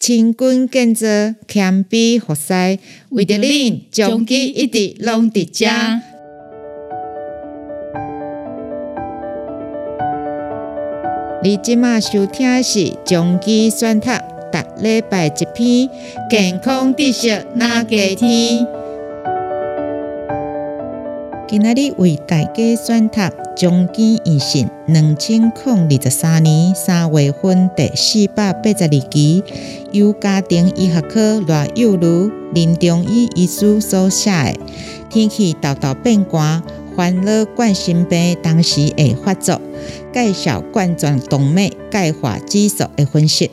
清君建造谦卑服侍，为着恁将其一直拢伫遮。你即马收听的是将其选读，逐礼拜一篇健康知识哪家天。今仔日为大家选读将其医信2023年3月份第482期由家庭医学科赖幼如林中医医师所写的天气豆豆变寒，烦恼冠心病当时会发作，介绍冠状动脉钙化指数的分析。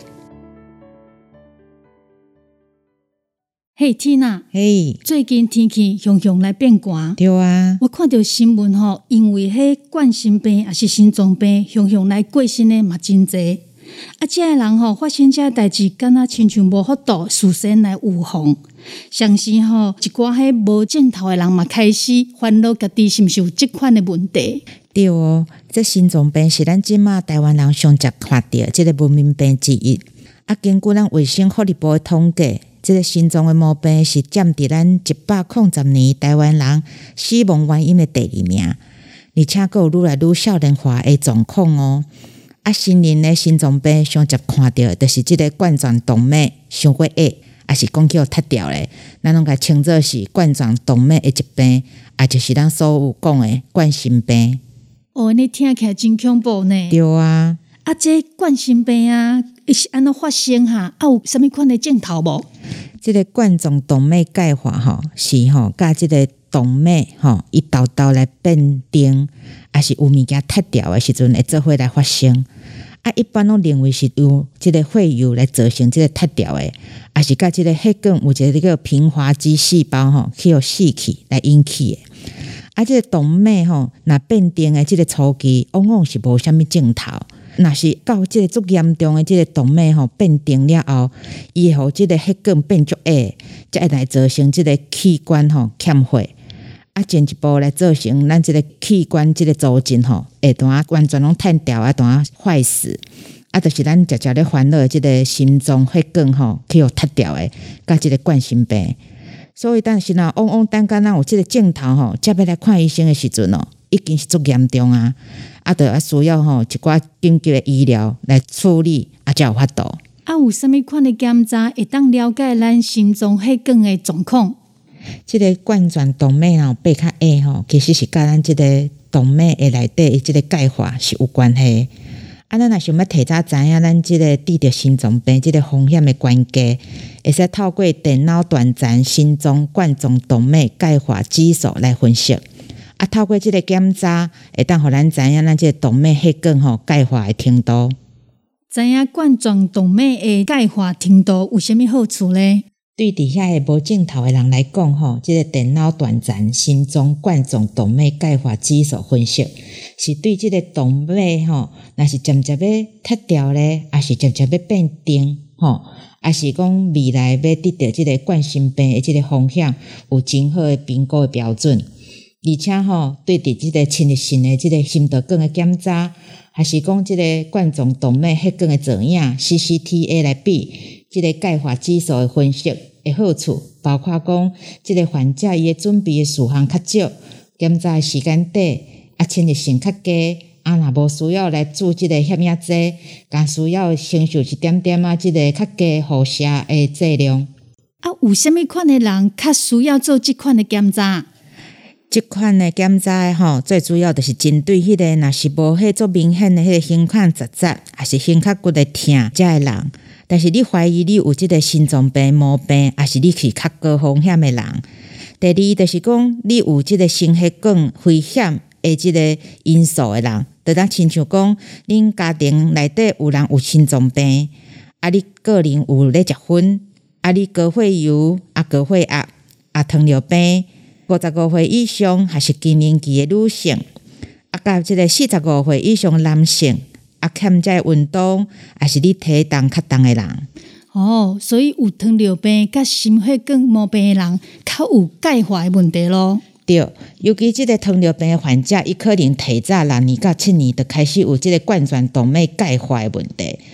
嘿，缇娜，最近天气常常来变寒。 对啊， 我看到新闻因为迄冠心病也是心脏病常常来过身的嘛真侪。这个人发生这代志，敢若亲像无法度事先来预防。像是一寡迄无镜头的人嘛开始烦恼家己是毋是有这款的问题。 对哦，这心脏病是咱即马台湾人上常看到这个文明病之一。根据咱卫生福利部的统计，这个心脏的毛病是占伫咱100年台湾人死亡原因的第2名，而且还有愈来愈少年化的状况哦。新人的心脏病上常看到就是这个冠状动脉伤过矮，也是讲叫塌掉咧，咱拢甲称作是冠状动脉的疾病，也就是咱所有讲的冠心病。 你听起来真恐怖呢。 对啊。 这冠心病是安怎发生有啥物款的症头无？ 这个冠状动脉钙化是甲这个动脉伊豆豆来变硬，还是有物件塌掉的时阵会做伙来发生。一般拢认为是由这个血友来造成这个塌掉的，还是甲这个血管有一个平滑肌细胞去互死去来引起的。这个动脉若变硬的这个初期，往往是无啥物症头。若是到这个足严重的这个动脉变硬了后，伊会互这个血管变足矮，才会来造成这个器官欠血。进一步来造成咱这个器官这个组织会当完全拢瘫掉，当坏死。就是咱常常咧烦恼的这个心脏血管去互塌掉的，甲这个冠心病。所以但是往往等到咱有这个症头才要来看医生的时阵已经是足严重就需要一寡紧急的医疗来处理才有法度。 有啥物款的检查会当了解咱心脏血管的状况？ 这个冠状动脉变较矮其实是甲咱这个动脉的内底这个钙化是有关系。咱若想要提早知影咱这个得着心脏病这个风险的关键，会使透过电脑断层心脏冠状动脉钙化指数来分析。透过这个检查，会当互咱知影咱这个动脉血管钙化的程度。 知影冠状动脉的钙化程度有啥物好处呢？ 对伫遐个无镜头的人来讲这个电脑断层心脏冠状动脉钙化指数分析，是对这个动脉若是渐渐要塌掉咧，还是渐渐要变硬还是讲未来要得到这个冠心病的这个风险，有真好的评估的标准。而且对伫这个侵入性的这个心导管的检查，还是讲这个冠状动脉血管的造影 CCTA 来比这个钙化指数的分析的好处，包括讲这个患者伊的准备的事项较少，检查的时间短，侵入性较低，若无需要来注这个血压计，敢需要承受一点点这个较低辐射的剂量。 有啥物款的人较需要做这款的检查？ 这款的检查最主要就是针对迄个若是无迄足明显的迄个胸腔杂杂，还是胸腔骨的痛这个人，但是你怀疑你有这个心脏病毛病，还是你是较高风险的人。第二就是讲你有这个心血管危险的这个因素的人，就当亲像讲恁家庭内底有人有心脏病，你个人有咧食薰，你高血油高血压糖尿病，55岁以上还是更年期的女性，甲这个45岁以上的男性，欠这运动，还是你体重较重的人。 所以有糖尿病甲心血管毛病的人，较有钙化的问题咯。 对，尤其这个糖尿病的患者，伊可能提早6年到7年就开始有这个冠状动脉钙化的问题。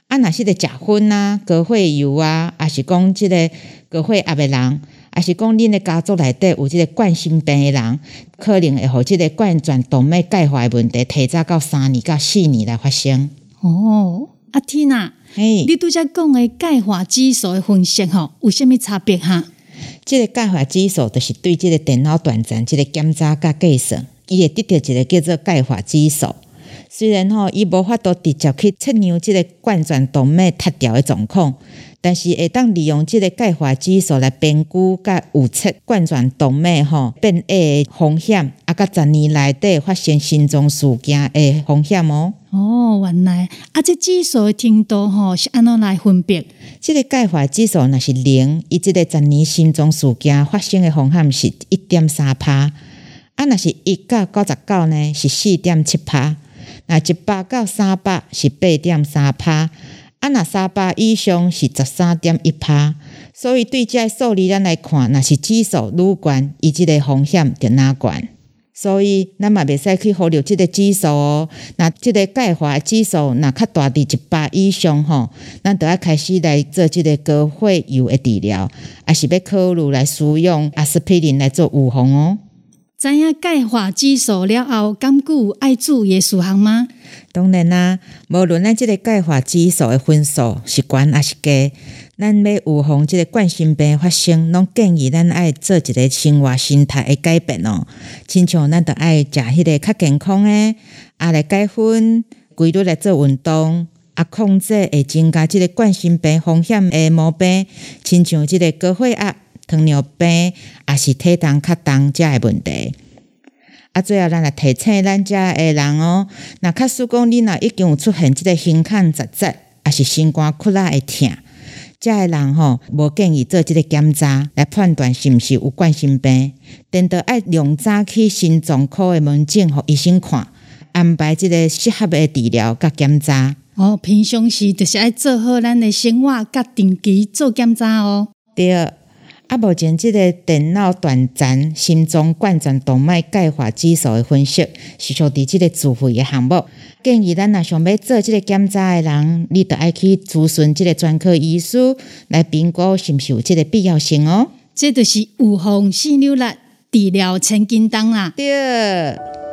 啊，若是咧食薰啊、高血油啊，还是讲即个高血压的人，还是讲恁的家族内底有即个冠心病的人，可能会互即个冠状动脉钙化的问题提早到3年到4年来发生。 哦，啊天啊，你拄则讲的钙化指数的分析吼，有啥物差别哈？ 即个钙化指数就是对即个电脑断层即个检查甲计算，伊会得到一个叫做钙化指数。虽然伊无法度直接去测量即个冠状动脉塌掉的状况，但是会当利用即个钙化指数来评估甲预测冠状动脉变异的风险，甲10年内底发生心脏事件的风险哦。 哦，原来这指数的程度是安怎来分别？ 即个钙化指数若是0，伊即个10年心脏事件发生的风险是 1.3%， 若是1到99呢是 4.7%。那100到300是 8.3%， 若300以上是 13.1%。所以对这个数字咱来看，若是指数愈悬，伊即个风险就愈悬。所以咱嘛袂使去忽略即个指数哦。那即个钙化指数若较大伫100以上咱就要开始来做即个高血油的治疗，还是要考虑来使用阿司匹林来做预防哦。 知影钙化指数了后，敢有爱注意的事项吗？ 当然啦，无论咱即个钙化指数的分数是悬还是低，咱要预防即个冠心病发生，拢建议咱爱做一个生活心态的改变哦。亲像咱就爱食迄个较健康的，来解薰，规律来做运动，控制会增加即个冠心病风险的毛病，亲像即个高血压、糖尿病，也是体重较重这的问题。最后咱来提醒咱这的人哦，若假使讲你若已经有出现即个胸腔杂杂，也是心肝窟仔会痛，这的人无建议做即个检查来判断是毋是有冠心病，等到爱量早去心脏科的门诊互医生看，安排即个适合的治疗甲检查。 平常时就是爱做好咱的生活，甲定期做检查哦。 对。目前即个电脑断层心脏冠状动脉钙化指数的分析是属伫即个自费的项目，建议咱若想要做即个检查的人，你就爱去咨询即个专科医师来评估是毋是有即个必要性哦。 这就是预防腺瘤力，治疗千斤重啦。 对。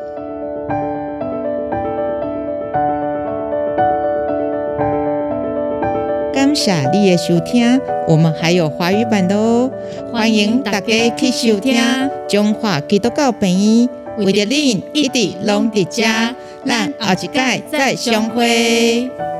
感谢你的收听，我们还有华语版的哦，欢迎大家去收听。中华基督教病院为着恁一直拢伫遮，咱后一届再相会。